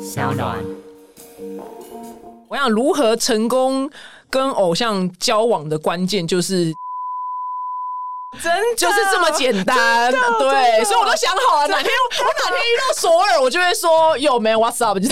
小暖。 我想如何成功跟偶像交往的关键就是就是这么简单，对，所以我都想好了，哪天遇到索尔，我就会说有没 What's up？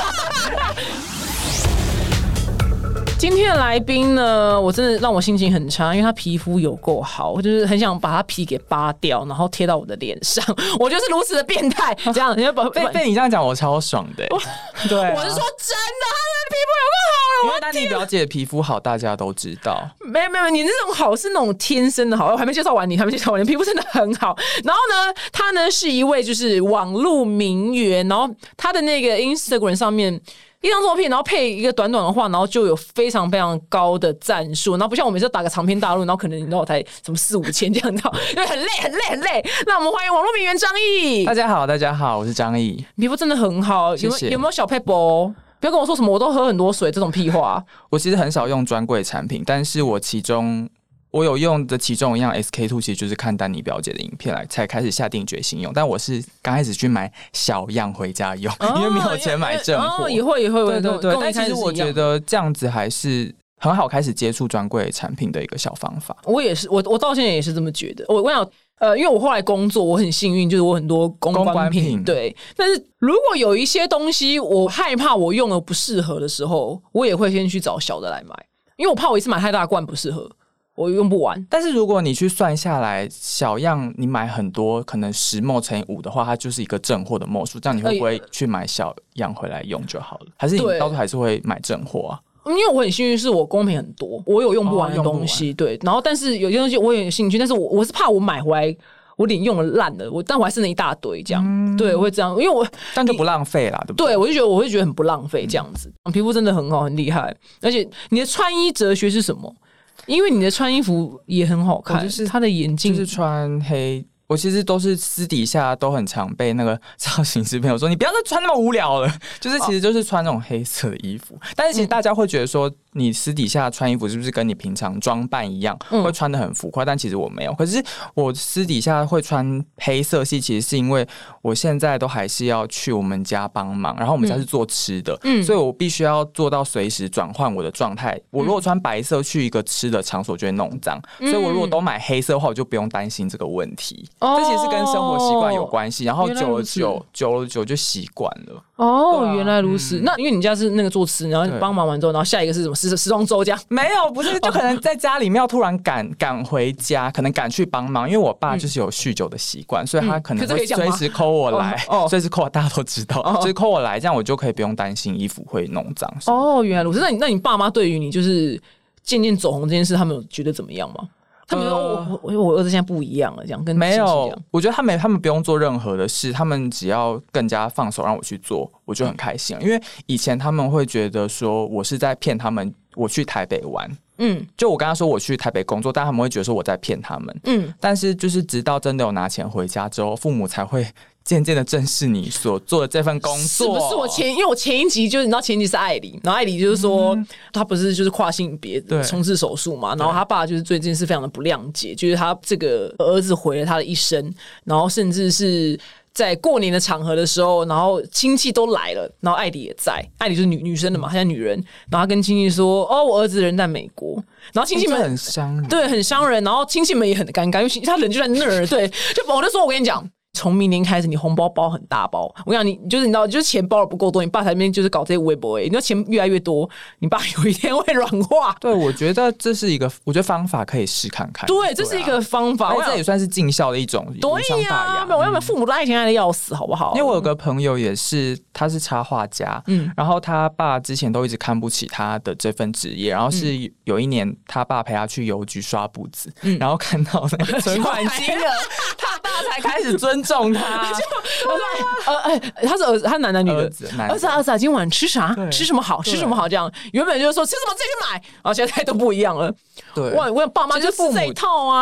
今天的来宾呢，我真的让我心情很差，因为他皮肤有够好，我就是很想把他皮给扒掉，然后贴到我的脸上。我就是如此的变态，这样被你这样讲，我超爽的。对、啊， 我是说真的，他的皮肤有够好了。 因为丹妮表姐的皮肤好，大家都知道。 没有，你那种好是那种天生的好。我还没介绍完你，你皮肤真的很好。然后呢，他呢是一位就是网络名媛，然后他的那个 Instagram 上面。一张照片，然后配一个短短的话，然后就有非常非常高的赞数，然后不像我每次打个长篇大论，然后可能你知道我才什么4、5千这样，你知道，因为很累。那我们欢迎网络名媛张毅。 大家好，我是张毅。 皮肤真的很好， 谢谢。 有没有小撇步？不要跟我说什么我都喝很多水这种屁话。 我其实很少用专柜产品，但是我有用的其中一样 SK2， 其实就是看丹妮表姐的影片来才开始下定决心用。但我是刚开始去买小样回家用，因为没有钱买正货。 也会， 对。但其实我觉得这样子还是很好开始接触专柜产品的一个小方法。 我也是，我到现在也是这么觉得。我想，因为我后来工作，我很幸运，就是我很多公关品，对。但是如果有一些东西我害怕我用了不适合的时候，我也会先去找小的来买，因为我怕我一次买太大罐不适合。我用不完， 但是如果你去算下来，小样你买很多，可能10ml乘以5的话，它就是一个正货的ml数，这样你会不会去买小样回来用就好了？还是你到时候还是会买正货啊？ 因为我很幸运，是我公品很多，我有用不完的东西，对。然后，但是有些东西我也有兴趣，但是我是怕我买回来。我脸用了烂了，但我还剩了一大堆这样，对，我会这样，因为我这样就不浪费啦，对不对？ 对，我会觉得很不浪费这样子。皮肤真的很好，很厉害，而且你的穿衣哲学是什么？因为你的穿衣服也很好看，就是他的眼镜就是穿黑。我其实都是私底下都很常被那个造型师朋友说，你不要再穿那么无聊了，就是其实就是穿那种黑色的衣服。但是其实大家会觉得说，你私底下穿衣服是不是跟你平常装扮一样，会穿得很浮夸？但其实我没有。可是我私底下会穿黑色系，其实是因为我现在都还是要去我们家帮忙，然后我们家是做吃的，所以我必须要做到随时转换我的状态。我如果穿白色去一个吃的场所，就会弄脏，所以我如果都买黑色的话，我就不用担心这个问题。这其实是跟生活习惯有关系，然后久了就习惯了。 哦，原来如此。那因为你家是那个做吃，然后帮忙完之后，然后下一个是什么时装周这样？ 没有，不是，就可能在家里面要突然赶回家，可能赶去帮忙，因为我爸就是有酗酒的习惯，所以他可能会随时 call 我来，随时 call 大家都知道，所以 call 我来，这样我就可以不用担心衣服会弄脏。 哦，原来如此。那你爸妈对于你就是渐渐走红这件事，他们有觉得怎么样吗？他们说我儿子现在不一样了，这样跟没有，我觉得他们不用做任何的事，他们只要更加放手让我去做，我就很开心了。因为以前他们会觉得说我是在骗他们，我去台北玩，就我跟他说我去台北工作，但他们会觉得说我在骗他们，但是就是直到真的有拿钱回家之后，父母才会渐渐的正视你所做的这份工作。 是不是因为我前一集就是你知道前一集是艾莉，然后艾莉就是说他不是就是跨性别重置手术嘛，然后他爸就是对这件事非常的不谅解，就是他这个儿子毁了他的一生，然后甚至是在过年的场合的时候，然后亲戚都来了，然后艾莉也在，艾莉就是女生的嘛，她像女人，然后她跟亲戚说：“哦，我儿子人在美国。”然后亲戚们很伤人， 对，很伤人。然后亲戚们也很尴尬，因为他人就在那儿，对，我就说我跟你讲。从明年开始，你红包包很大包。我跟你讲，你就是你知道，就是钱包的不够多，你爸在那边就是搞这些微博，你知道钱越来越多，你爸有一天会软化。 对，我觉得这是一个，我觉得方法可以试看看。 对，这是一个方法， 这也算是尽孝的一种。 对呀，我要不父母都爱钱爱的要死，好不好？ 因为我有个朋友也是，他是插画家，然后他爸之前都一直看不起他的这份职业，然后是有一年他爸陪他去邮局刷簿子，然后看到那个存款金额，他爸才开始尊重他。 他是儿子，他男的女的？儿子啊，今晚吃啥？吃什么好？吃什么好？这样原本就是说吃什么自己去买，然后现在都不一样了。 对， 我爸妈就是父母这一套啊。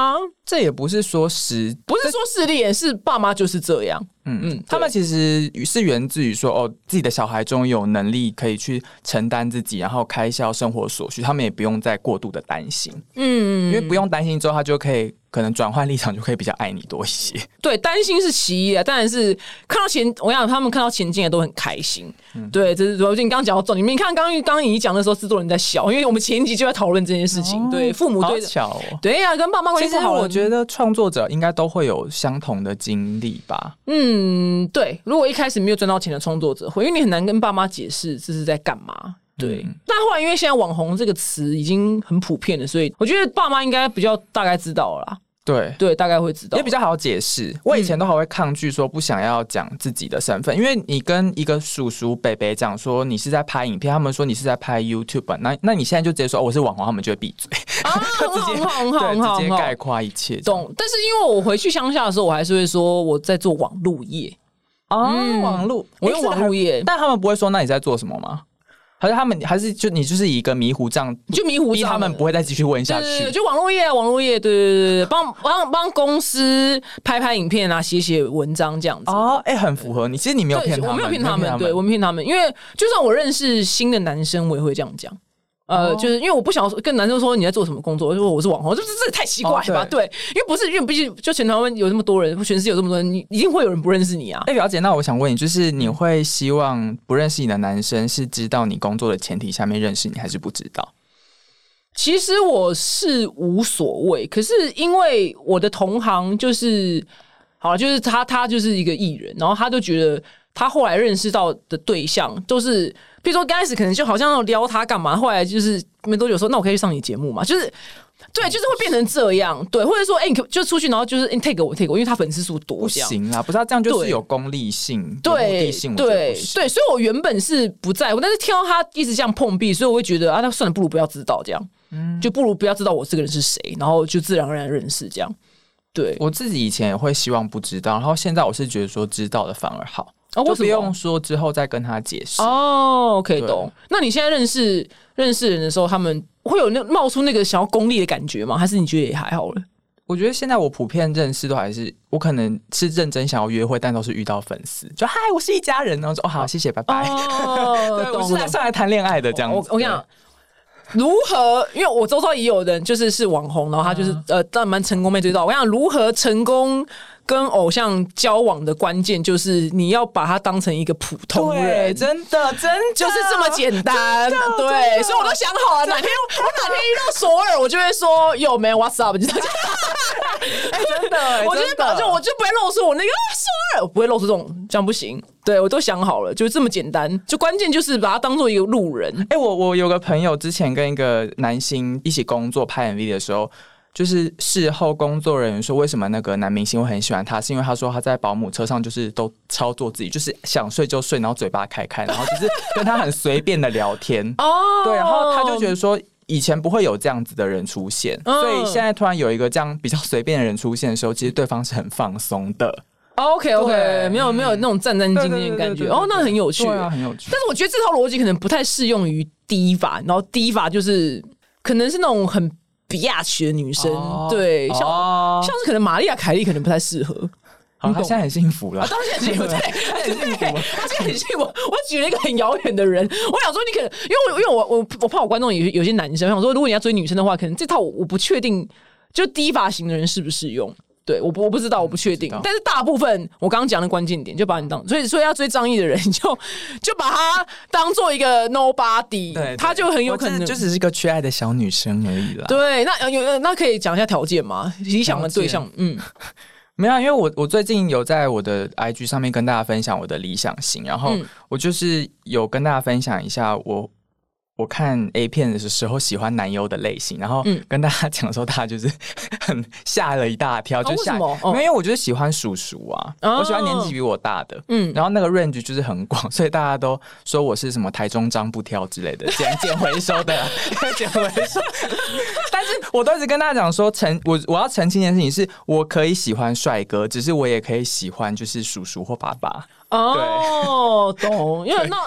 这也不是说不是说势利眼，是爸妈就是这样。 他们其实是源自于说，自己的小孩终于有能力可以去承担自己，然后开销生活所需，他们也不用再过度的担心。因为不用担心之后，他就可能转换立场，就可以比较爱你多一些。 对，担心是其一啊，当然是看到我想他们看到前进的都很开心。对，这是主要。你刚刚讲到重点，你看刚刚你讲的时候，制作人在笑，因为我们前一集就在讨论这件事情。对，父母对， 好巧哦。 对呀，跟爸妈关系不好。 其实我觉得创作者应该都会有相同的经历吧。 对，如果一开始没有赚到钱的创作者会，因为你很难跟爸妈解释这是在干嘛。对，但后来因为现在网红这个词已经很普遍了，所以我觉得爸妈应该比较大概知道了啦。对，大概会知道， 也比较好解释。我以前都还会抗拒说不想要讲自己的身份，因为你跟一个叔叔伯伯讲说你是在拍影片，他们说你是在拍 YouTube， 那你现在就直接说我是网红，他们就会闭嘴，直接概括一切。 懂。但是因为我回去乡下的时候，我还是会说我在做网路业。 网路， 我用网路业， 但他们不会说那你在做什么吗？还是就你就是以一个迷糊账， 就迷糊账， 逼他们不会再继续问下去。 对，就网络业，对，帮公司拍影片啊，写文章这样子。 很符合你。其实你没有骗他们， 我没有骗他们，对我没骗他们，因为就算我认识新的男生，我也会这样讲。就是因为我不想跟男生说你在做什么工作，我说我是网红，这太奇怪了吧？对，因为毕竟就全台湾有这么多人，全世界有这么多人，你一定会有人不认识你啊。 表姐，那我想问你，就是你会希望不认识你的男生是知道你工作的前提下面认识你，还是不知道？ 其实我是无所谓，可是因为我的同行就是就是他就是一个艺人，然后他就觉得他后来认识到的对象都是，比如说刚开始可能就好像撩他干嘛，后来就是没多久说那我可以去上你节目嘛，就是对，就是会变成这样，对，或者说你就出去然后就是take 我，因为他粉丝数多， 不行啦，不是他这样就是有功利性， 对， 对， 所以我原本是不在乎，但是听到他一直这样碰壁，所以我会觉得那算了，不如不要知道这样，就不如不要知道我这个人是谁，然后就自然而然认识这样。对， 我自己以前也会希望不知道，然后现在我是觉得说知道的反而好。就不用说之后再跟他解释。 OK， 懂。那你现在认识人的时候，他们会有冒出那个想要功利的感觉吗？还是你觉得也还好了？ 我觉得现在我普遍认识都还是，我可能是认真想要约会，但都是遇到粉丝，就嗨，我是一家人，然后说好，谢谢，拜拜。对，我是上来谈恋爱的这样子。 我跟你讲。如何？因为我周遭也有人是网红，然后他就是但蛮成功被追到。我跟你讲，如何成功跟偶像交往的关键就是你要把他当成一个普通人， 对，真的就是这么简单。对，所以我都想好了，哪天遇到索尔，我就会说有没 What's up， 你知道吗？ 真的， 我就不会露出我那个索尔，我不会露出这样不行。对，我都想好了，就这么简单。就关键就是把他当做一个路人。 我有个朋友之前跟一个男星一起工作拍 MV 的时候，就是事后工作人员说为什么那个男明星会很喜欢他，是因为他说他在保姆车上就是都操作自己，就是想睡就睡，然后嘴巴开，然后就是跟他很随便的聊天。对，然后他就觉得说以前不会有这样子的人出现，所以现在突然有一个这样比较随便的人出现的时候，其实对方是很放松的。 OK， 没有那种战兢兢的感觉。那很有趣， 对啊，很有趣。 但是我觉得这套逻辑可能不太适用于diva，然后diva就是可能是那种很 biatch 的女生，对，像是可能玛丽亚凯莉可能不太适合。 他现在很幸福了， 当然很幸福，对，他现在很幸福。我举了一个很遥远的人，我想说你可能因为我怕我观众有些男生，我想说如果你要追女生的话，可能这套我不确定，就diva型的人适不适用。对，我不知道，我不确定。但是大部分我刚刚讲的关键点，就把你当，所以要追张译的人，就把他当做一个 nobody， 对，他就很有可能就只是一个缺爱的小女生而已啦。 对，那可以讲一下条件吗？理想的对象， 没有，因为我最近有在我的 IG 上面跟大家分享我的理想型，然后我就是有跟大家分享一下我看 A 片的时候喜欢男优的类型，然后跟大家讲的时候，大家就是很吓了一大跳，就吓，因为我就是喜欢叔叔啊，我喜欢年纪比我大的，然后那个 range 就是很广，所以大家都说我是什么台中张不挑之类的，捡回收的，捡回收。但是我都一直跟大家讲说，我要澄清一件事情是，我可以喜欢帅哥，只是我也可以喜欢就是叔叔或爸爸。 懂，因为那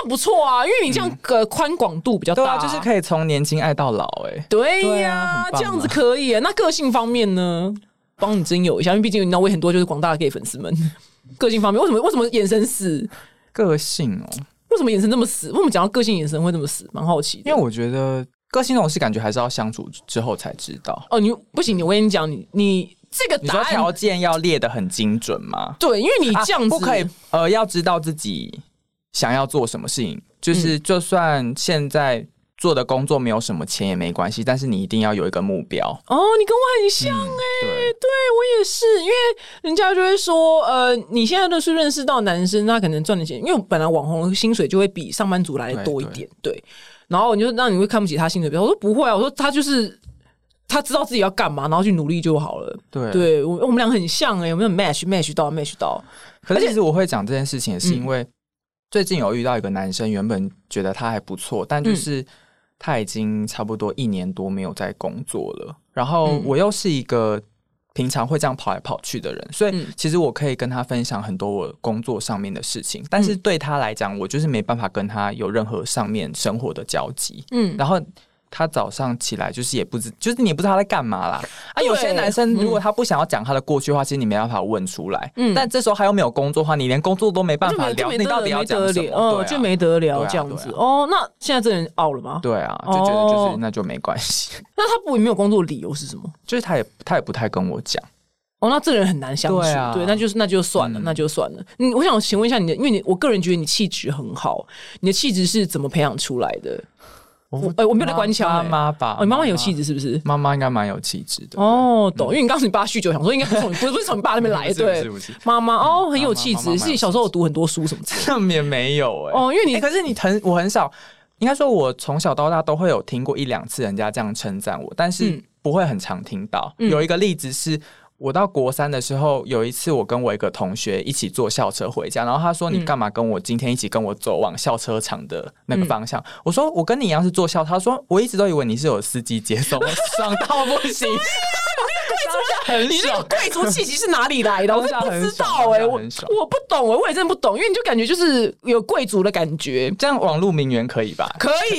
样不错啊，因为你这样宽广度比较大， 对啊，就是可以从年轻爱到老， 对呀，这样子可以。那个性方面呢，帮你征友一下，因为毕竟你知道我很多就是广大的 gay 粉丝们，个性方面为什么眼神死？ 个性为什么眼神这么死？为什么讲到个性眼神会这么死？蛮好奇的。 因为我觉得个性这种事，感觉还是要相处之后才知道。 哦，你不行，我跟你讲，你这个答案， 你说条件要列得很精准吗？ 对，因为你这样子、 不可以要知道自己想要做什么事情，就是就算现在做的工作没有什么钱也没关系，但是你一定要有一个目标。 哦，你跟我很像对我也是，因为人家就会说，你现在都是认识到男生，他可能赚的钱，因为本来网红薪水就会比上班族来的多一点，对。然后你会看不起他薪水比较，我说不会啊，我说他就是他知道自己要干嘛，然后去努力就好了。对，我们俩很像我们很 match 到。 可是其实我会讲这件事情，也是因为最近有遇到一个男生，原本觉得他还不错，但就是他已经差不多1年多没有在工作了。然后我又是一个平常会这样跑来跑去的人，所以其实我可以跟他分享很多我工作上面的事情，但是对他来讲，我就是没办法跟他有任何上面生活的交集。然后他早上起来就是就是你也不知道他在干嘛啦。有些男生如果他不想要讲他的过去的话，其实你没办法问出来。但这时候他又没有工作的话，你连工作都没办法聊，你到底要讲什么？ 就没得聊这样子。那现在这人out了吗？ 对啊，就觉得就是那就没关系。 那他没有工作的理由是什么？ 就是他也不太跟我讲。 那这个人很难相处。对，那就算了，那就算了。我想请问一下你的，因为我个人觉得你气质很好，你的气质是怎么培养出来的？我没有在关腔。 妈妈吧， 你妈妈有气质是不是？ 妈妈应该蛮有气质的。 懂。因为你刚刚你爸酗酒，想说应该不是从你爸那边来。对，妈妈很有气质。是你小时候有读很多书什么之类的？ 也没有因为你可是我很少，应该说我从小到大都会有听过1-2次人家这样称赞我，但是不会很常听到。有一个例子是，我到国3的时候，有一次我跟我一个同学一起坐校车回家，然后他说你干嘛今天一起跟我走往校车场的那个方向？我说我跟你一样是坐校，他说我一直都以为你是有司机接送，我爽到不行。 你这个贵族气息是哪里来的？我是不知道我不懂我也真的不懂，因为你就感觉就是有贵族的感觉。 这样网络名媛可以吧？ 可以。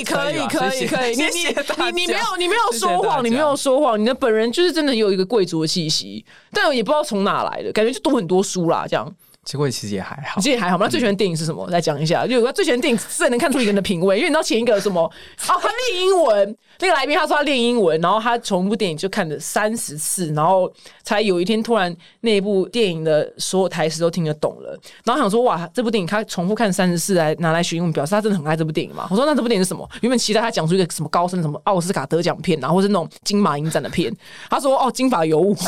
你没有说谎，你没有说谎，你的本人就是真的有一个贵族的气息，但我也不知道从哪来的，感觉就读很多书啦，这样。 结果其实也还好， 那最喜欢电影是什么？再讲一下，就最喜欢电影是能看出一个人的品味，因为你知道前一个什么他练英文，那个来宾他说他练英文，然后他从一部电影就看了30次，然后才有一天突然那一部电影的所有台词都听得懂了，然后想说哇，这部电影他重复看30次来拿来学英文，表示他真的很爱这部电影嘛？我说那这部电影是什么？原本期待他讲出一个什么高深的什么奥斯卡得奖片，然后或是那种金马影展的片，他说金发尤物。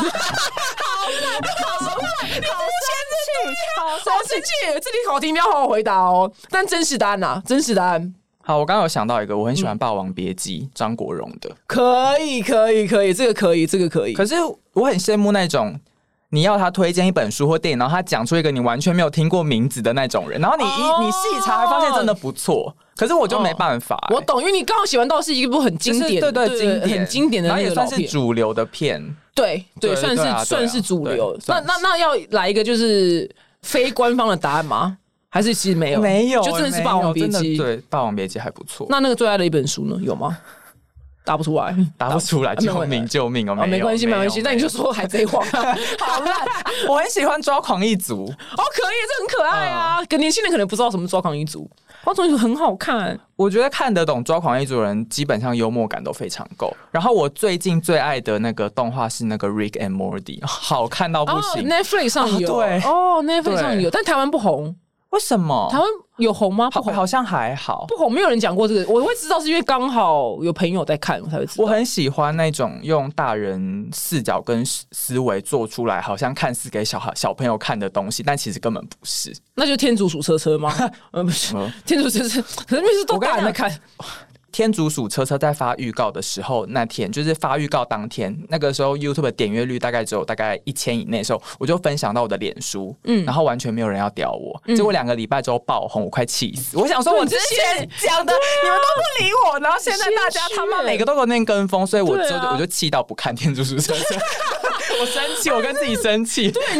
好生气！这题考题你要好好回答哦。但真实答案啊，真实答案。 好，我刚刚有想到一个，我很喜欢《霸王别姬》张国荣的。 可以，这个可以。 可是我很羡慕那种你要他推荐一本书或电影，然后他讲出一个你完全没有听过名字的那种人，然后你细查还发现真的不错。可是我就没办法。 我懂，因为你刚好喜欢到是一部很经典，对，很经典的那个老片， 然后也算是主流的片。 对，算是主流。那要来一个就是非官方的答案吗？还是其实没有，就真的是《霸王别姬》。 对，《霸王别姬》还不错。 那个最爱的一本书呢？有吗？答不出来， 救命哦！ 没关系。那你就说《海贼王》好烂。 我很喜欢《抓狂一族》。 可以，这很可爱啊。年轻人可能不知道什么《抓狂一族》。抓狂一族很好看， 我觉得看得懂抓狂一族的人基本上幽默感都非常够。然后我最近最爱的那个动画是那个 Rick and Morty， 好看到不行。 Netflix 上有， 对 ，Netflix 上有，但台湾不红。 为什么？ 台湾有红吗？不红， 好像还好， 不红。没有人讲过这个，我会知道是因为刚好有朋友在看，我才会知道。 我很喜欢那种用大人视角跟思维做出来，好像看似给小朋友看的东西，但其实根本不是。 那就是天竺鼠车车吗？不是，天竺鼠车，可是那是都大人在看。 天竺鼠车车在发预告的时候，那天就是发预告当天，那个时候 YouTube 的点阅率大概只有1000以内的时候，我就分享到我的脸书，然后完全没有人要屌我，结果2个礼拜之后爆红，我快气死！我想说，我之前讲的你们都不理我，然后现在大家他妈每个都有那跟风，所以我就气到不看天竺鼠车车。我生气，我跟自己生气。 对，你这是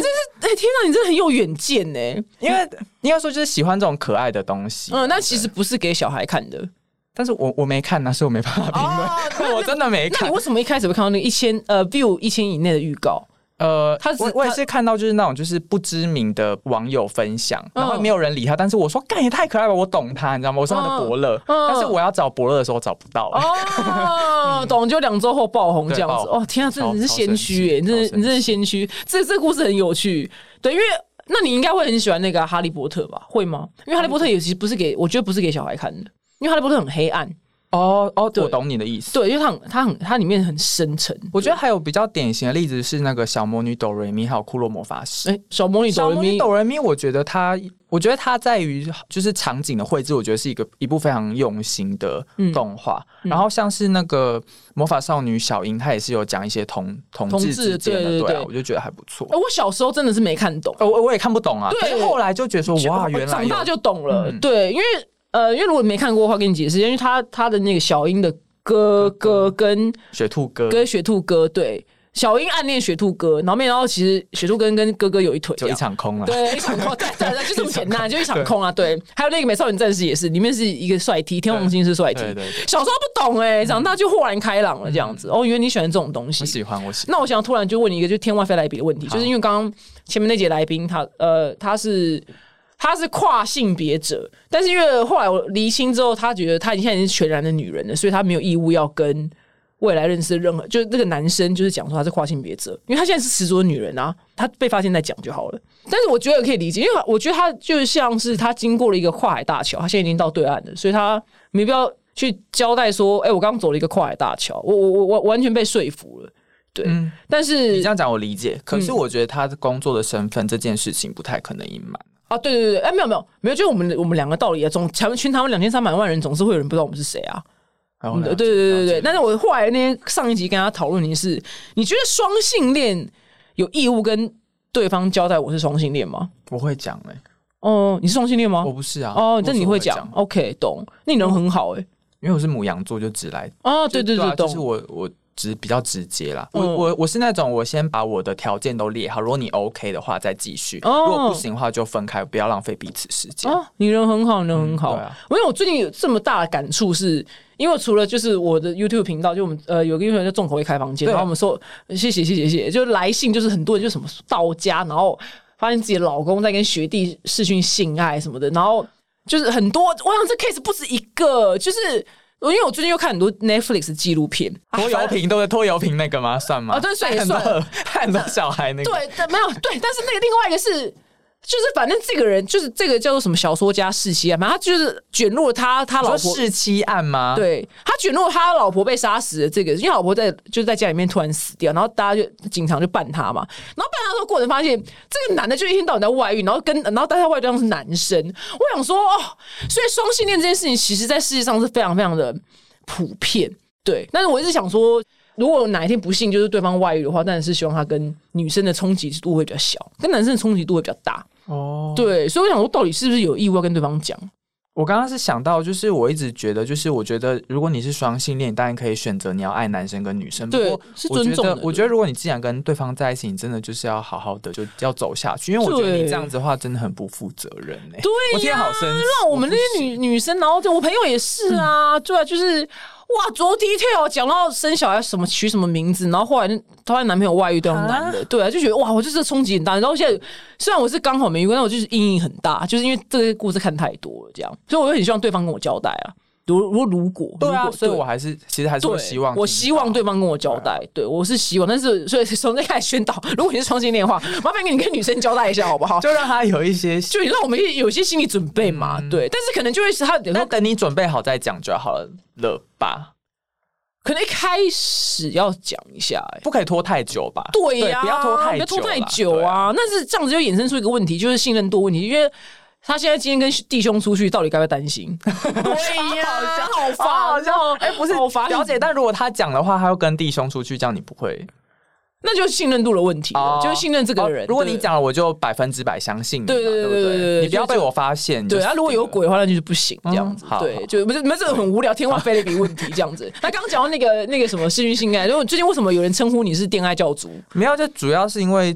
天哪，你真的很有远见呢！ 因为应该说就是喜欢这种可爱的东西。 那其实不是给小孩看的。 但是我没看，所以我没办法评论。我真的没看。 那你为什么一开始会看到那个view 1000以内的预告？ 我也是看到就是那种就是不知名的网友分享，然后没有人理他，但是我说干也太可爱了，我懂他，你知道吗？我是他的伯乐，但是我要找伯乐的时候找不到。 懂，就2周后爆红这样子。天啊，真的是先驱耶！你真的是先驱。这故事很有趣，对，因为那你应该会很喜欢那个哈利波特吧？会吗？因为哈利波特也其实不是我觉得不是给小孩看的，因为哈利波特很黑暗。 我懂你的意思。 对，因为它里面很深沉。 我觉得还有比较典型的例子是那个小魔女哆瑞咪，还有库洛魔法师。 小魔女哆瑞咪，我觉得它在于就是场景的绘制，我觉得是一部非常用心的动画。然后像是那个魔法少女小樱，她也是有讲一些同志之间的，对啊，我就觉得还不错。 我小时候真的是没看懂， 我也看不懂啊。对，后来就觉得说哇，原来长大就懂了。对，因为如果你没看过的话，跟你解释，因为他的那个小樱的哥哥跟雪兔哥， 对，小樱暗恋雪兔哥，然后其实雪兔哥跟哥哥有一腿， 就一场空了， 对，一场空，对，就这么简单，就一场空啊，对。还有那个美少女战士也是，里面是一个帅 T， 天王星是帅 T， 小时候不懂长大就豁然开朗了这样子。原来你喜欢这种东西， 我喜欢。 那我想突然就问你一个就天外飞来笔的问题，就是因为刚刚前面那节来宾他是跨性别者，但是因为后来我厘清之后，他觉得他现在已经是全然的女人了，所以他没有义务要跟未来认识的任何，就是那个男生就是讲说他是跨性别者，因为他现在是十足的女人啊，他被发现再讲就好了。但是我觉得可以理解，因为我觉得他就像是他经过了一个跨海大桥，他现在已经到对岸了，所以他没必要去交代说，我刚走了一个跨海大桥，我完全被说服了。对，但是你这样讲我理解，可是我觉得他的工作的身份这件事情不太可能隐瞒。 对，没有，就是我们两个道理啊，全台湾2300万人，总是会有人不知道我们是谁啊。对，但是我后来上一集跟他讨论的是，你觉得双性恋有义务跟对方交代我是双性恋吗？ 我会讲你是双性恋吗？ 我不是啊。 但你会讲 ？OK， 懂。那你人很好因为我是牡羊座，就直来。 对，懂。 就是我比较直接啦。我是那种我先把我的条件都列好，如果你 OK 的话再继续，如果不行的话就分开，不要浪费彼此时间。 你人很好，因为我最近有这么大的感触是，因为除了就是我的 YouTube 频道，就我们有个 YouTube 叫重口味开房间，然后我们说谢谢，就来信就是很多人就什么到家，然后发现自己的老公在跟学弟视讯性爱什么的，然后就是很多，我想这 case 不止一个，就是。因为我最近又看很多 Netflix 纪录片， 拖油瓶都是拖油瓶那个吗？算吗？ 对，算也算， 很多小孩那个。 对，没有对，但是那个另外一个是。就是反正这个人就是这个叫做什么小说家弑妻案嘛，他就是卷入了他老婆弑妻案吗？ 对，他卷入了他老婆被杀死的这个，因为老婆就是在家里面突然死掉，然后大家就警察就办他嘛，然后办他的过程发现这个男的就一天到晚在外遇，然后但他外遇对象是男生，我想说所以双性恋这件事情其实在世界上是非常非常的普遍，对，但是我一直想说。如果哪一天不幸就是对方外遇的话，当然是希望他跟女生的冲击度会比较小，跟男生的冲击度会比较大。对，所以我想说，到底是不是有义务要跟对方讲？ 我刚刚是想到，就是我一直觉得，就是我觉得，如果你是双性恋，当然可以选择你要爱男生跟女生。 对，是尊重的。 我觉得，如果你既然跟对方在一起，你真的就是要好好的，就要走下去。因为我觉得你这样子的话，真的很不负责任对呀， 我天，好生气！ 让我们那些女生，然后我朋友也是啊，对啊，就是。哇，多 detail 讲到生小孩什么取什么名字，然后后来她男朋友外遇对方男的，对啊，就觉得哇，我就是冲击很大。然后现在虽然我是刚好没遇过，但我就是阴影很大，就是因为这个故事看太多了，这样，所以我就很希望对方跟我交代啊。如果对啊，所以我其实还是希望， 我希望对方跟我交代，对我是希望，但是所以从这开始宣导，如果你是双性恋的话，麻烦你跟女生交代一下好不好？ 就让他有一些， 就让我们有一些心理准备嘛，对，但是可能就会是他， 那等你准备好再讲就好了吧。 可能一开始要讲一下， 不可以拖太久吧？ 对呀， 不要拖太久啊！但是这样子就衍生出一个问题，就是信任度问题，因为他现在今天跟弟兄出去，到底该不该担心？对呀，好烦， 好像不是表姐，但如果他讲的话，他要跟弟兄出去，这样你不会。 那就是信任度的问题了，就是信任这个人。 如果你讲了，我就100%相信你，对不对？你不要被我发现。 对啊，如果有鬼的话，那就是不行这样子。对，就不是这个很无聊，天外飞了一笔问题这样子。他刚刚讲到那个什么视讯性爱，最近为什么有人称呼你是恋爱教主？ 没有，就主要是因为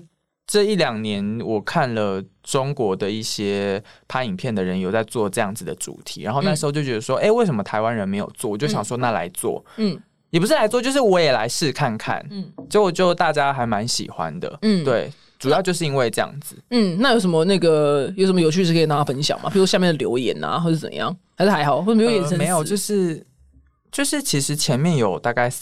这1-2年我看了中国的一些拍影片的人有在做这样子的主题，然后那时候就觉得说为什么台湾人没有做，我就想说那来做，也不是来做，就是我也来试看看，结果就大家还蛮喜欢的，对，主要就是因为这样子。 那有什么有什么有趣事可以跟大家分享吗？比如下面的留言啊，或者怎样，还是还好，或者没有眼神、 没有，就是其实前面有大概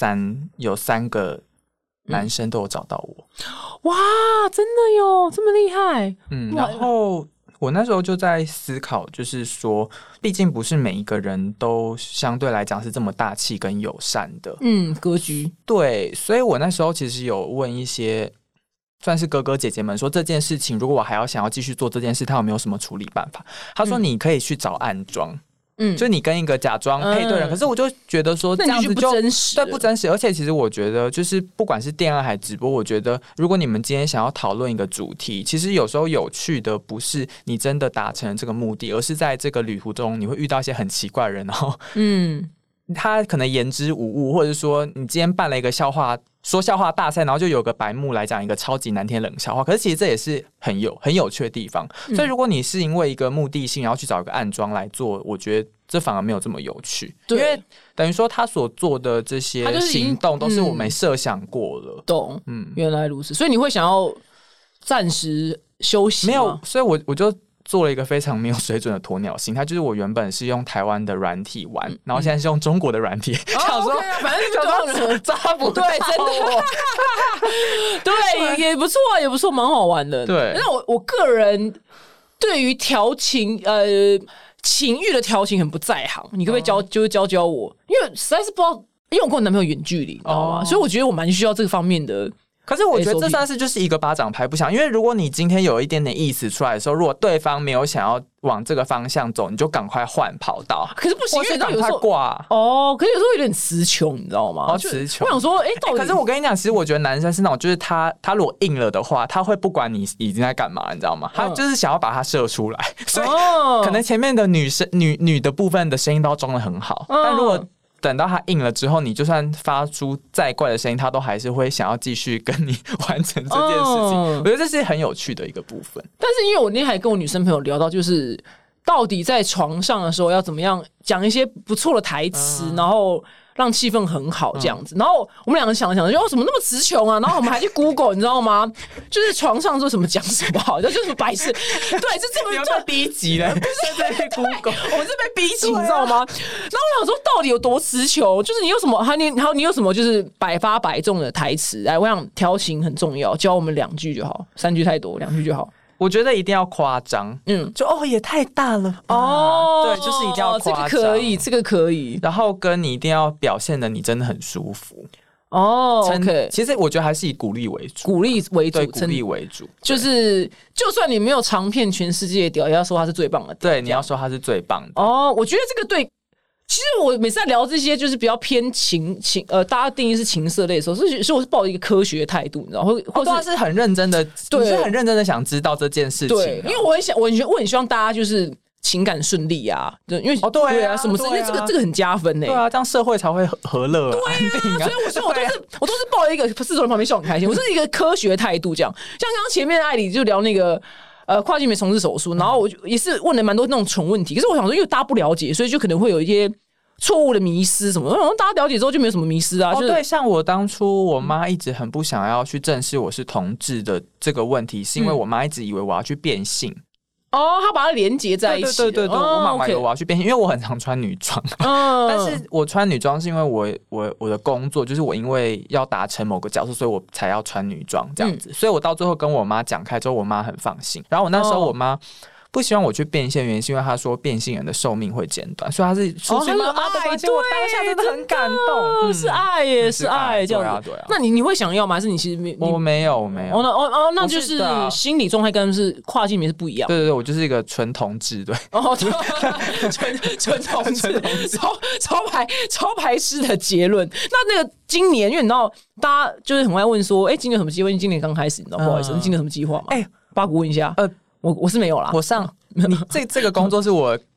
3个男生都有找到我， 哇，真的哟，这么厉害。 然后我那时候就在思考，就是说毕竟不是每一个人都相对来讲是这么大气跟友善的， 格局。 对，所以我那时候其实有问一些算是哥哥姐姐们说，这件事情如果我还要想要继续做这件事，他有没有什么处理办法？他说你可以去找暗装，就你跟一个假装配对人，可是我就觉得说这样子就不真实， 对，不真实。而且其实我觉得，就是不管是恋爱还直播，我觉得如果你们今天想要讨论一个主题，其实有时候有趣的不是你真的达成这个目的，而是在这个旅途中你会遇到一些很奇怪的人，然后他可能言之无物，或者说你今天办了一个说笑话大赛，然后就有个白目来讲一个超级难听冷笑话，可是其实这也是很有趣的地方。所以如果你是因为一个目的性然后去找一个暗装来做，我觉得这反而没有这么有趣，因为等于说他所做的这些行动都是我没设想过了。 懂，原来如此。所以你会想要暂时休息吗？ 没有，所以我就做了一个非常没有水准的鸵鸟心态，就是我原本是用台湾的软体玩，然后现在是用中国的软体，想说反正抓不到，对，真的，对，也不错啊，也不错，蛮好玩的。 对， 那我个人对于调情，情欲的调情很不在行，你可不可以教我？因为实在是不知道，因为我跟我男朋友远距离，你知道吗？所以我觉得我蛮需要这个方面的。 可是我觉得这算是就是一个巴掌拍不响，因为如果你今天有一点点意思出来的时候，如果对方没有想要往这个方向走，你就赶快换跑道。 可是不行，因为赶快挂可是有时候有点词穷，你知道吗？ 词穷。 我想说，到底可是我跟你讲，其实我觉得男生是那种，就是他如果硬了的话，他会不管你已经在干嘛，你知道吗？他就是想要把它射出来，所以可能前面的女的部分的声音都要装得很好，但如果等到他硬了之后，你就算发出再怪的声音，他都还是会想要继续跟你完成这件事情。我觉得这是很有趣的一个部分。 但是因为我那天还跟我女生朋友聊到，就是到底在床上的时候要怎么样讲一些不错的台词，然后让气氛很好这样子。然后我们两个想着就怎么那么词穷啊？然后我们还去 Google， 你知道吗？就是床上说什么讲什么好，就是什么白痴。对，是这么就逼急了，不是在 Google， 我们是被逼急，你知道吗？然后我想说，到底有多词穷？就是你有什么，你有什么就是百发百中的台词？哎，我想调情很重要，教我们2句就好，3句太多，2句就好。 我觉得一定要夸张，就也太大了对，就是一定要夸张， 这个可以， 然后跟你一定要表现的你真的很舒服 OK， 其实我觉得还是以鼓励为主， 就是就算你没有尝遍全世界的屌，也要说他是最棒的， 对，你要说他是最棒的我觉得这个对。其实我每次在聊这些就是比较偏情大家定义是情色类的时候，所以我是抱着一个科学态度，你知道，或者是很认真的，对，你是很认真的想知道这件事情， 对，因为我很希望大家就是情感顺利啊，对，因为对啊，什么因为这个很加分对啊，这样社会才会和乐安定啊。 所以我都是抱着一个制作人旁边笑很开心，我是一个科学态度这样。像刚刚前面艾里就聊那个。跨性别重置手术，然后我也是问了蛮多那种蠢问题，可是我想说，因为大家不了解，所以就可能会有一些错误的迷思什么。然后大家了解之后就没有什么迷思啊。 对，像我当初我妈一直很不想要去正视我是同志的这个问题，是因为我妈一直以为我要去变性。他把它连结在一起。 对，我妈妈以为我要去变性，因为我很常穿女装。但是我穿女装是因为我的工作就是我因为要达成某个角色，所以我才要穿女装这样子。所以我到最后跟我妈讲开之后，我妈很放心。然后我那时候我妈不希望我去变性，原因是因为她说变性人的寿命会减短，所以她是说妈妈的关心。我当下真的很感动， 是爱耶，是爱这样子。那你会想要吗？还是你其实我没有那就是心理状态跟是跨性别是不一样。 对，我就是一个纯同志，对， 纯同志，超排斥的结论。那个今年，因为你知道大家就是很爱问说，今年有什么计划？因为今年刚开始，你知道不好意思，今年有什么计划吗？八股问一下。我是没有啦。 你这个工作是我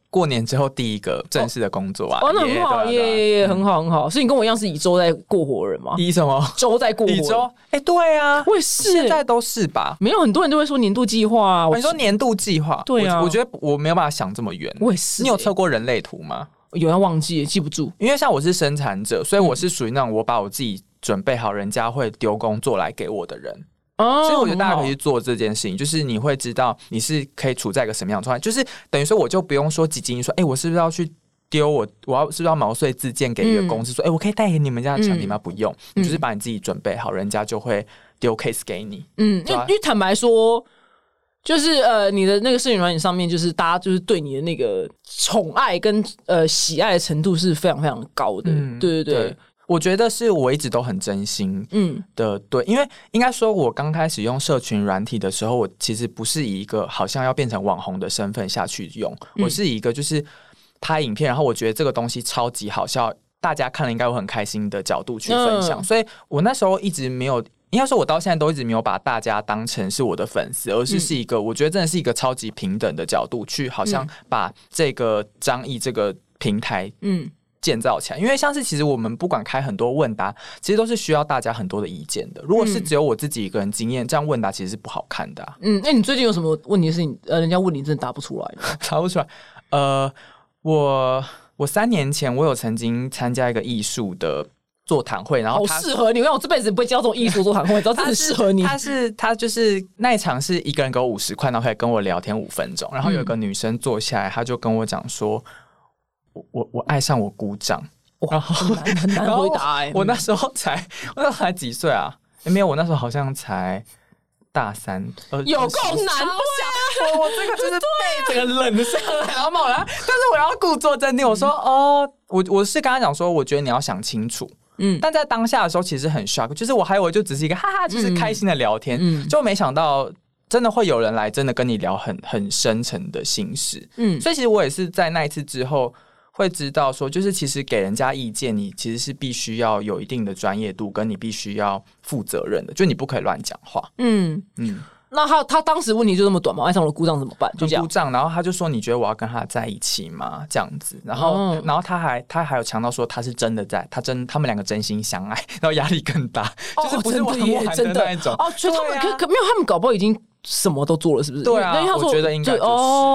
过年之后第一个正式的工作啊。 那很好耶，很好很好。所以你跟我一样是以周在过活人吗？ 以什么周在过活人？ 以周？对啊， 我也是， 现在都是吧？ 没有，很多人都会说年度计划啊。 你说年度计划？ 对啊， 我觉得我没有办法想这么远。 我也是。 你有测过人类图吗？ 有人忘记记不住， 因为像我是生产者，所以我是属于那种我把我自己准备好，人家会丢工作来给我的人。所以我觉得大家可以去做这件事情，就是你会知道你是可以处在一个什么样的状态，就是等于说我就不用说几经说，我是不是要去丢我要是不是要毛遂自荐给一个公司说，我可以带给你们家的产品吗？不用，你就是把你自己准备好，人家就会丢 case 给你。因为坦白说。就是你的那个社群软件上面，就是大家就是对你的那个宠爱跟喜爱的程度是非常非常高的。对对对， 我觉得是我一直都很真心的。对，因为应该说，我刚开始用社群软体的时候，我其实不是以一个好像要变成网红的身份下去用，我是以一个就是拍影片，然后我觉得这个东西超级好笑，大家看了应该会很开心的角度去分享，所以我那时候一直没有。应该说，我到现在都一直没有把大家当成是我的粉丝，而是一个我觉得真的是一个超级平等的角度去，好像把这个张毅这个平台建造起来。因为像是其实我们不管开很多问答，其实都是需要大家很多的意见的。如果是只有我自己一个人经验，这样问答其实是不好看的。 那你最近有什么问题是人家问你真的答不出来的？ 答不出来。我3年前我有曾经参加一个艺术的座谈会，然后好适合你，因为我这辈子不会接到这种艺术座谈会，知道真的适合你。 他就是那一场是一个人给我50块，然后可以跟我聊天5分钟，然后有一个女生坐下来，她就跟我讲说，我爱上我姑丈， 然后很难回答我那时候才几岁啊？没有，我那时候好像才大3， 有够难的。 我这个就是被整个冷上来，然后但是我要故作镇定，我说我是跟他讲说，我觉得你要想清楚。但在当下的时候其实很 shock， 就是我还以为就只是一个哈哈，就是开心的聊天，就没想到真的会有人来真的跟你聊很深沉的心事。所以其实我也是在那一次之后会知道说，就是其实给人家意见，你其实是必须要有一定的专业度，跟你必须要负责任的，就你不可以乱讲话。 那他当时问题就这么短吗？爱上我的姑丈怎么办？就这样。 姑丈，然后他就说：“你觉得我要跟他在一起吗？”这样子，然后他还有强调说他是真的在，他们两个真心相爱，然后压力更大，就是不是玩玩的那一种。 所以他们没有，他们搞不好已经什么都做了，是不是？ 对啊，我觉得应该就是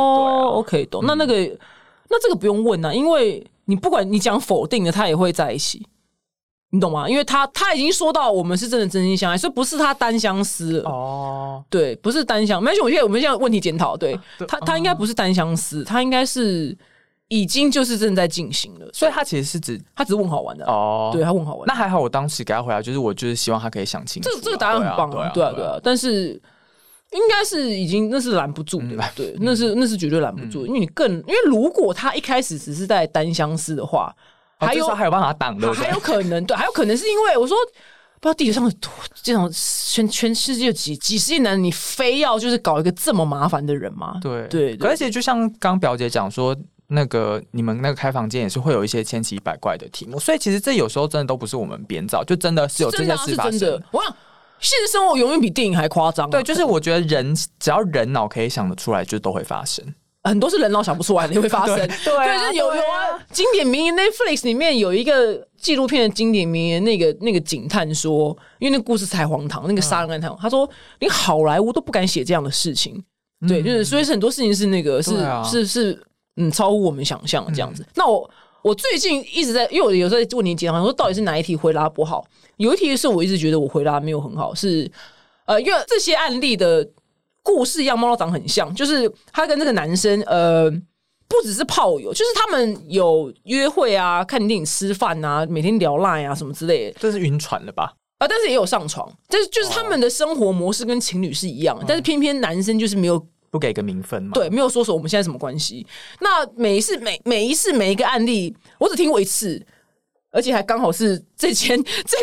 OK 懂。那这个不用问啊，因为你不管你讲否定的，他也会在一起。你懂吗？因为他已经说到我们是真的真心相爱，所以不是他单相思了。对，不是单相。没关系，我们现在问题检讨。对，他应该不是单相思，他应该是已经就是正在进行了。 所以他其实是他只是问好玩的。对，他问好玩。 那还好，我当时给他回来就是我就是希望他可以想清楚。 这个答案很棒啊，对啊。但是应该是已经那是拦不住的，对，那是绝对拦不住，因为如果他一开始只是在单相思的话。 还有办法挡的， 还有可能对，还有可能是因为我说，不知道地球上这种全世界有几十亿男人，你非要就是搞一个这么麻烦的人吗？对， 而且就像刚表姐讲说，那个你们那个开房间也是会有一些千奇百怪的题目，所以其实这有时候真的都不是我们编造，就真的是有这些事发生。 我想现实生活永远比电影还夸张。 对，就是我觉得只要人脑可以想得出来，就都会发生。 很多是人脑想不出来的，也会发生。对，就是有经典名言 ，Netflix 里面有一个纪录片的经典名言，那个警探说，因为那个故事太荒唐，那个杀人案太荒唐，他说连好莱坞都不敢写这样的事情。对，就是所以很多事情是那个是超乎我们想象的这样子。那我最近一直在，因为我有时候在问你检讨，说到底是哪一题回答不好？有一题是我一直觉得我回答没有很好，是因为这些案例的。故事样貌都长很像，就是他跟这个男生，不只是炮友，就是他们有约会啊、看电影、吃饭啊、每天聊 LINE 啊什么之类的。 这是晕船了吧？ 但是也有上床，就是他们的生活模式跟情侣是一样的，但是偏偏男生就是没有不给个名分嘛？ 对，没有说我们现在什么关系。那每一个案例，我只听过一次。而且还刚好是这一间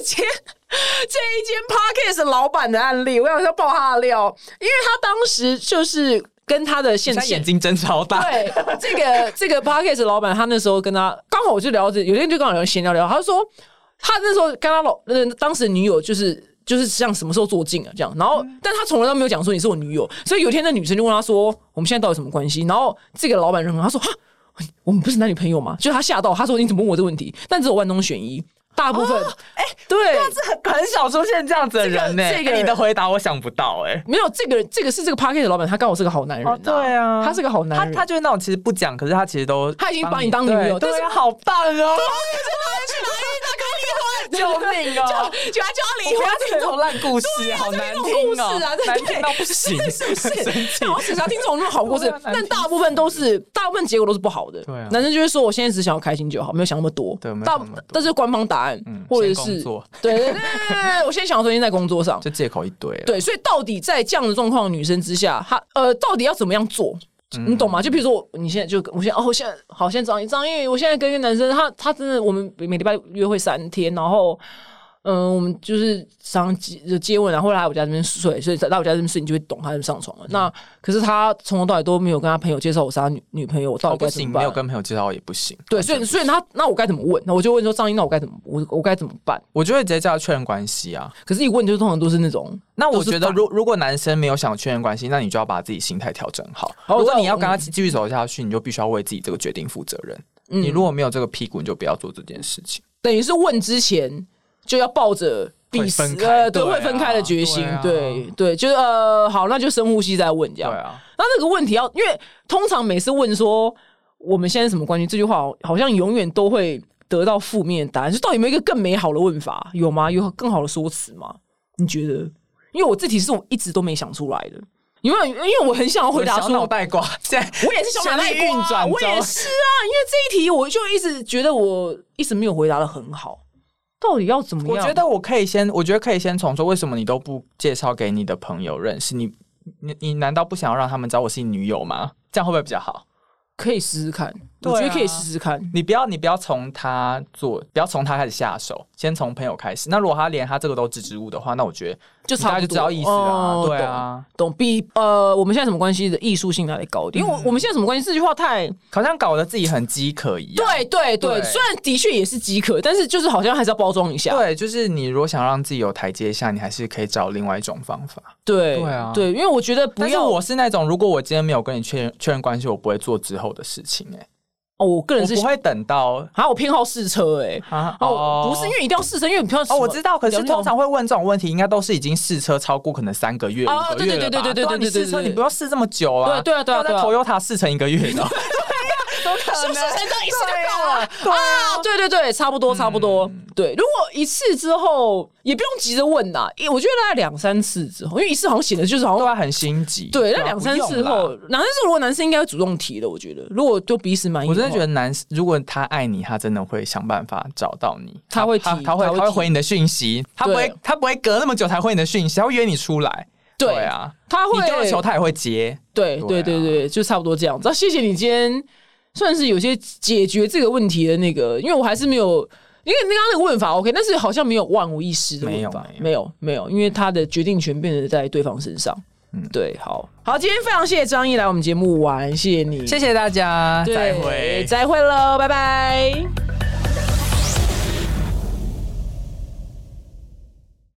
podcast 老板的案例，我想要爆他的料，因为他当时就是跟他的现眼睛真超大。 对，这个 podcast 老板，他那时候跟他刚好我就聊着，有天就刚好闲聊，他就说他那时候跟他当时的女友就是像什么时候做尽啊这样，然后但他从来都没有讲说你是我女友，所以有一天那女生就问他说我们现在到底什么关系？然后这个老板认为他说我们不是男女朋友吗？就他吓到，他说你怎么问我这个问题？但只有万中选一。大部分对， 这很少出现这样子的人呢。这个你的回答我想不到没有这个是这个 Podcast 的老板，他刚好是个好男人对啊， 他是个好男人， 他就是那种其实不讲，可是他其实他已经把你当女友， 对啊，好棒哦！ 救命哦！就他叫他离婚， 听这种烂故事，好难听哦，难听到不行，是不是？生气， 好只要听这种那么好故事，但大部分结果都是不好的。 对啊， 男生就会说我现在只想要开心就好，没有想那么多。 对， 但是官方答案，或者是对，我现在想要重新在工作上， 就借口一堆。 对，所以到底在这样的状况的女生之下，她到底要怎么样做？你懂吗？就比如说，你现在就我现在张毅，我现在跟一个男生，他真的，我们每礼拜约会3天，然后我们就是常接吻，然后来我家这边睡，所以来我家这边睡，你就会懂他就上床了。那可是他从头到尾都没有跟他朋友介绍我是他女朋友，我到底该怎么办？ 没有跟朋友介绍也不行。 对，所以那我该怎么问？那我就问说张毅，那我该怎么办？ 我就会直接叫他确认关系啊。 可是一问就通常都是那种。 那我觉得如果男生没有想确认关系，那你就要把自己心态调整好。如果你要跟他继续走下去，你就必须要为自己这个决定负责任。你如果没有这个屁股，你就不要做这件事情。 等于是问之前就要抱着必死对会分开的决心。对，就是好，那就深呼吸再问这样。 对啊， 那这个问题因为通常每次问说我们现在什么关系这句话，好像永远都会得到负面的答案。就到底有没有一个更美好的问法？有吗？有更好的说辞吗？你觉得？因为我这题是我一直都没想出来的，因为我很想要回答说， 小脑袋瓜， 我也是小脑袋瓜，我也是啊。因为这一题我就一直觉得我一直没有回答的很好，到底要怎么样？ 我觉得可以先从说，为什么你都不介绍给你的朋友认识？你难道不想要让他们知道我是你女友吗？这样会不会比较好？ 可以试试看，我觉得可以试试看。 你不要从他开始下手，先从朋友开始。那如果他连他这个都支支吾吾的话，那我觉得就差不多就知道意思啊。对啊， 懂。比我们现在什么关系的艺术性来高一点，因为我们现在什么关系这句话太好像搞得自己很饥渴一样。 对，虽然的确也是饥渴，但是就是好像还是要包装一下。 对，就是你如果想让自己有台阶下，你还是可以找另外一种方法。 对啊， 对，因为我觉得不要。 但是我是那种，如果我今天没有跟你确认关系，我不会做之后的事情。 我个人是不会等到， 我偏好试车不是因为一定要试车，因为你偏好我知道，可是通常会问这种问题，应该都是已经试车超过可能3个月、5个月了吧？对，你试车你不要试这么久啊！ 对，要在 Toyota 试成1个月的。 是不是才到一次就够了啊？对，差不多。对，如果一次之后也不用急着问呐，我觉得大概2-3次之后，因为一次好像显得就是好像都很心急。 对，那2-3次后，如果男生应该会主动提的，我觉得如果都彼此满意， 我真的觉得如果他爱你，他真的会想办法找到你， 他会回你的讯息，他不会隔那么久才回你的讯息，他会约你出来。对啊， 他会你丢了球，他也会接。 对，就差不多这样子。谢谢你今天。算是有些解决这个问题的那个，因为我还是没有，因为刚刚那个问法 OK， 但是好像没有万无一失的问法，没有，因为他的决定权变得在对方身上。对，好，今天非常谢谢张毅来我们节目玩，谢谢你， 谢谢大家， 再会喽，拜拜。